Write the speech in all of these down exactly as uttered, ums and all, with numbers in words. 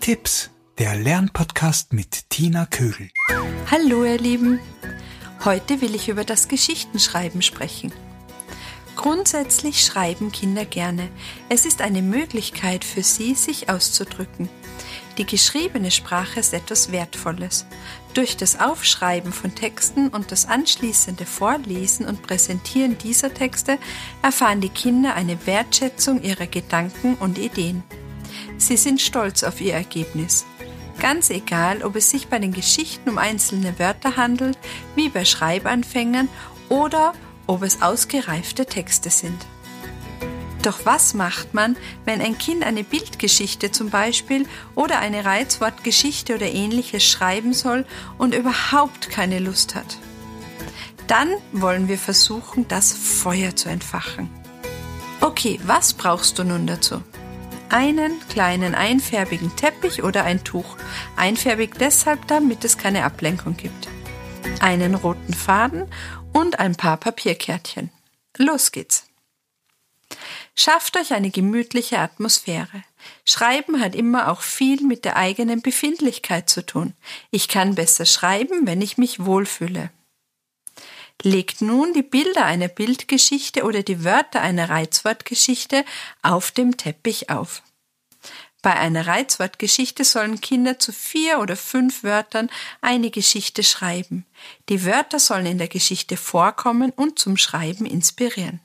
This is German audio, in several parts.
Tipps, der Lernpodcast mit Tina Kögel. Hallo ihr Lieben, heute will ich über das Geschichtenschreiben sprechen. Grundsätzlich schreiben Kinder gerne. Es ist eine Möglichkeit für sie, sich auszudrücken. Die geschriebene Sprache ist etwas Wertvolles. Durch das Aufschreiben von Texten und das anschließende Vorlesen und Präsentieren dieser Texte erfahren die Kinder eine Wertschätzung ihrer Gedanken und Ideen. Sie sind stolz auf ihr Ergebnis. Ganz egal, ob es sich bei den Geschichten um einzelne Wörter handelt, wie bei Schreibanfängern, oder ob es ausgereifte Texte sind. Doch was macht man, wenn ein Kind eine Bildgeschichte zum Beispiel oder eine Reizwortgeschichte oder ähnliches schreiben soll und überhaupt keine Lust hat? Dann wollen wir versuchen, das Feuer zu entfachen. Okay, was brauchst du nun dazu? Einen kleinen einfärbigen Teppich oder ein Tuch. Einfärbig deshalb, damit es keine Ablenkung gibt. Einen roten Faden und ein paar Papierkärtchen. Los geht's! Schafft euch eine gemütliche Atmosphäre. Schreiben hat immer auch viel mit der eigenen Befindlichkeit zu tun. Ich kann besser schreiben, wenn ich mich wohlfühle. Legt nun die Bilder einer Bildgeschichte oder die Wörter einer Reizwortgeschichte auf dem Teppich auf. Bei einer Reizwortgeschichte sollen Kinder zu vier oder fünf Wörtern eine Geschichte schreiben. Die Wörter sollen in der Geschichte vorkommen und zum Schreiben inspirieren.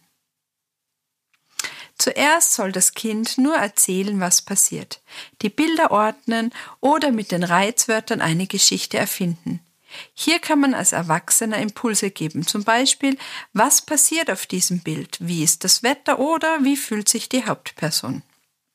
Zuerst soll das Kind nur erzählen, was passiert, die Bilder ordnen oder mit den Reizwörtern eine Geschichte erfinden. Hier kann man als Erwachsener Impulse geben, zum Beispiel, was passiert auf diesem Bild, wie ist das Wetter oder wie fühlt sich die Hauptperson.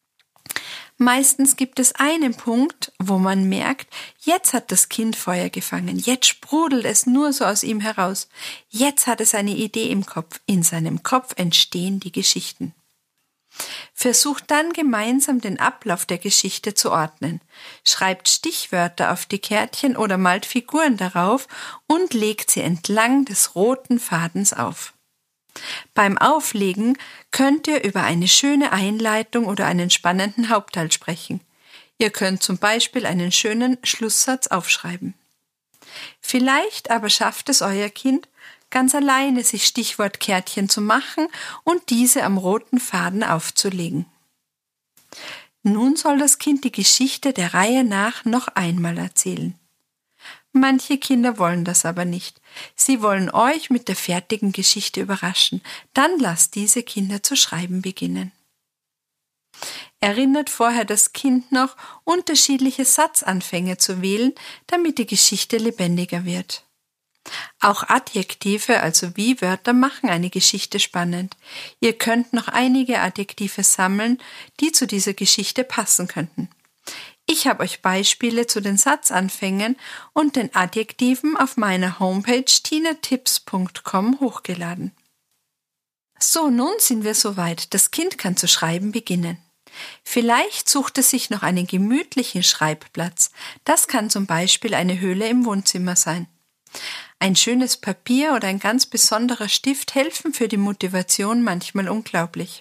Meistens gibt es einen Punkt, wo man merkt, jetzt hat das Kind Feuer gefangen, jetzt sprudelt es nur so aus ihm heraus, jetzt hat es eine Idee im Kopf, in seinem Kopf entstehen die Geschichten. Versucht dann gemeinsam den Ablauf der Geschichte zu ordnen. Schreibt Stichwörter auf die Kärtchen oder malt Figuren darauf und legt sie entlang des roten Fadens auf. Beim Auflegen könnt ihr über eine schöne Einleitung oder einen spannenden Hauptteil sprechen. Ihr könnt zum Beispiel einen schönen Schlusssatz aufschreiben. Vielleicht aber schafft es euer Kind, ganz alleine sich Stichwortkärtchen zu machen und diese am roten Faden aufzulegen. Nun soll das Kind die Geschichte der Reihe nach noch einmal erzählen. Manche Kinder wollen das aber nicht. Sie wollen euch mit der fertigen Geschichte überraschen. Dann lasst diese Kinder zu schreiben beginnen. Erinnert vorher das Kind noch, unterschiedliche Satzanfänge zu wählen, damit die Geschichte lebendiger wird. Auch Adjektive, also Wie-Wörter, machen eine Geschichte spannend. Ihr könnt noch einige Adjektive sammeln, die zu dieser Geschichte passen könnten. Ich habe euch Beispiele zu den Satzanfängen und den Adjektiven auf meiner Homepage tina tipps punkt com hochgeladen. So, nun sind wir soweit. Das Kind kann zu schreiben beginnen. Vielleicht sucht es sich noch einen gemütlichen Schreibplatz. Das kann zum Beispiel eine Höhle im Wohnzimmer sein. Ein schönes Papier oder ein ganz besonderer Stift helfen für die Motivation manchmal unglaublich.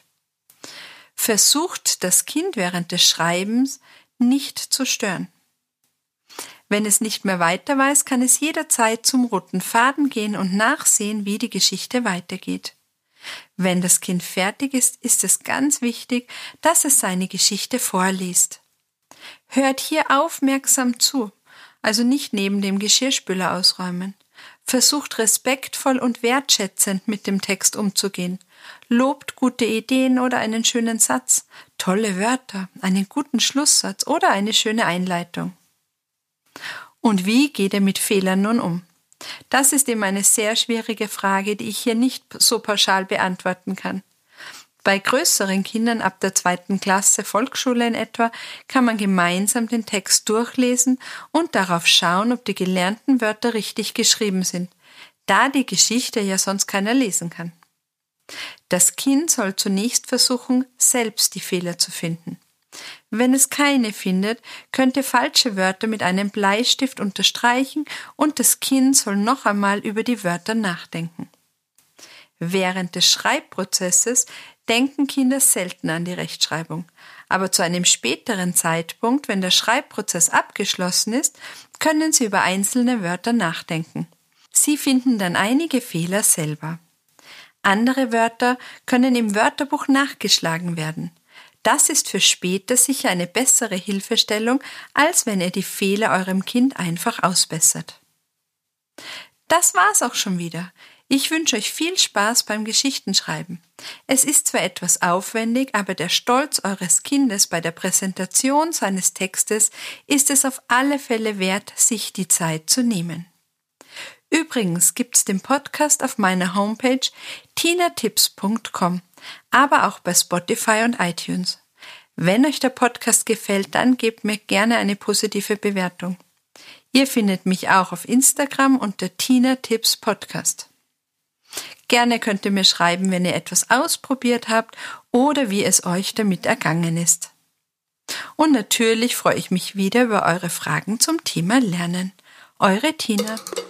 Versucht das Kind während des Schreibens nicht zu stören. Wenn es nicht mehr weiter weiß, kann es jederzeit zum roten Faden gehen und nachsehen, wie die Geschichte weitergeht. Wenn das Kind fertig ist, ist es ganz wichtig, dass es seine Geschichte vorliest. Hört hier aufmerksam zu, also nicht neben dem Geschirrspüler ausräumen. Versucht respektvoll und wertschätzend mit dem Text umzugehen. Lobt gute Ideen oder einen schönen Satz, tolle Wörter, einen guten Schlusssatz oder eine schöne Einleitung. Und wie geht ihr mit Fehlern nun um? Das ist eben eine sehr schwierige Frage, die ich hier nicht so pauschal beantworten kann. Bei größeren Kindern ab der zweiten Klasse, Volksschule in etwa, kann man gemeinsam den Text durchlesen und darauf schauen, ob die gelernten Wörter richtig geschrieben sind, da die Geschichte ja sonst keiner lesen kann. Das Kind soll zunächst versuchen, selbst die Fehler zu finden. Wenn es keine findet, könnt ihr falsche Wörter mit einem Bleistift unterstreichen und das Kind soll noch einmal über die Wörter nachdenken. Während des Schreibprozesses denken Kinder selten an die Rechtschreibung. Aber zu einem späteren Zeitpunkt, wenn der Schreibprozess abgeschlossen ist, können sie über einzelne Wörter nachdenken. Sie finden dann einige Fehler selber. Andere Wörter können im Wörterbuch nachgeschlagen werden. Das ist für später sicher eine bessere Hilfestellung, als wenn ihr die Fehler eurem Kind einfach ausbessert. Das war's auch schon wieder. Ich wünsche euch viel Spaß beim Geschichtenschreiben. Es ist zwar etwas aufwendig, aber der Stolz eures Kindes bei der Präsentation seines Textes ist es auf alle Fälle wert, sich die Zeit zu nehmen. Übrigens gibt's den Podcast auf meiner Homepage tina tipps punkt com, aber auch bei Spotify und iTunes. Wenn euch der Podcast gefällt, dann gebt mir gerne eine positive Bewertung. Ihr findet mich auch auf Instagram unter Tina Tipps Podcast. Gerne könnt ihr mir schreiben, wenn ihr etwas ausprobiert habt oder wie es euch damit ergangen ist. Und natürlich freue ich mich wieder über eure Fragen zum Thema Lernen. Eure Tina.